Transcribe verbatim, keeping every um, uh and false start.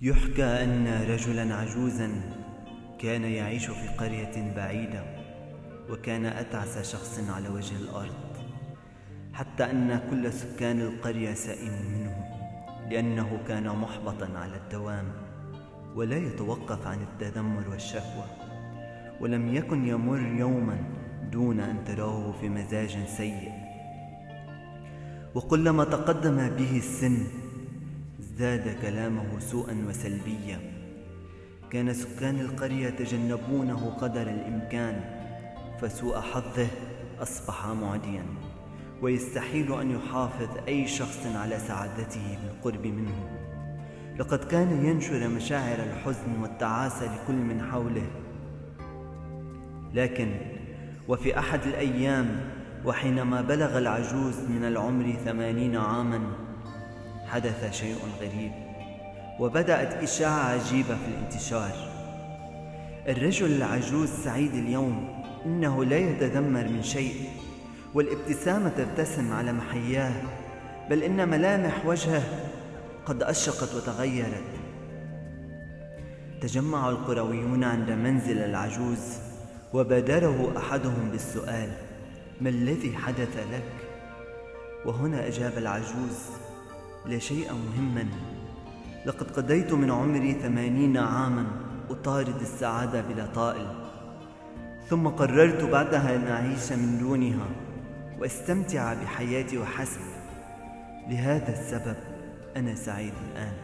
يحكى أن رجلا عجوزا كان يعيش في قرية بعيدة، وكان أتعس شخص على وجه الأرض، حتى أن كل سكان القرية سئموا منه، لأنه كان محبطا على الدوام ولا يتوقف عن التذمر والشكوى. ولم يكن يمر يوما دون أن تراه في مزاج سيء، وكلما تقدم به السن زاد كلامه سوءا وسلبيا. كان سكان القرية يتجنبونه قدر الإمكان، فسوء حظه أصبح معديا، ويستحيل أن يحافظ أي شخص على سعادته بالقرب منه. لقد كان ينشر مشاعر الحزن والتعاسة لكل من حوله. لكن وفي أحد الأيام، وحينما بلغ العجوز من العمر ثمانين عاما، حدث شيء غريب، وبدأت إشاعة عجيبة في الانتشار. الرجل العجوز سعيد اليوم، إنه لا يتذمر من شيء، والابتسامة تبتسم على محياه، بل إن ملامح وجهه قد أشرقت وتغيرت. تجمع القرويون عند منزل العجوز، وبادره أحدهم بالسؤال: ما الذي حدث لك؟ وهنا أجاب العجوز: لا شيء مهما، لقد قضيت من عمري ثمانين عاما أطارد السعادة بلا طائل، ثم قررت بعدها أن أعيش من دونها وأستمتع بحياتي وحسب. لهذا السبب أنا سعيد الآن.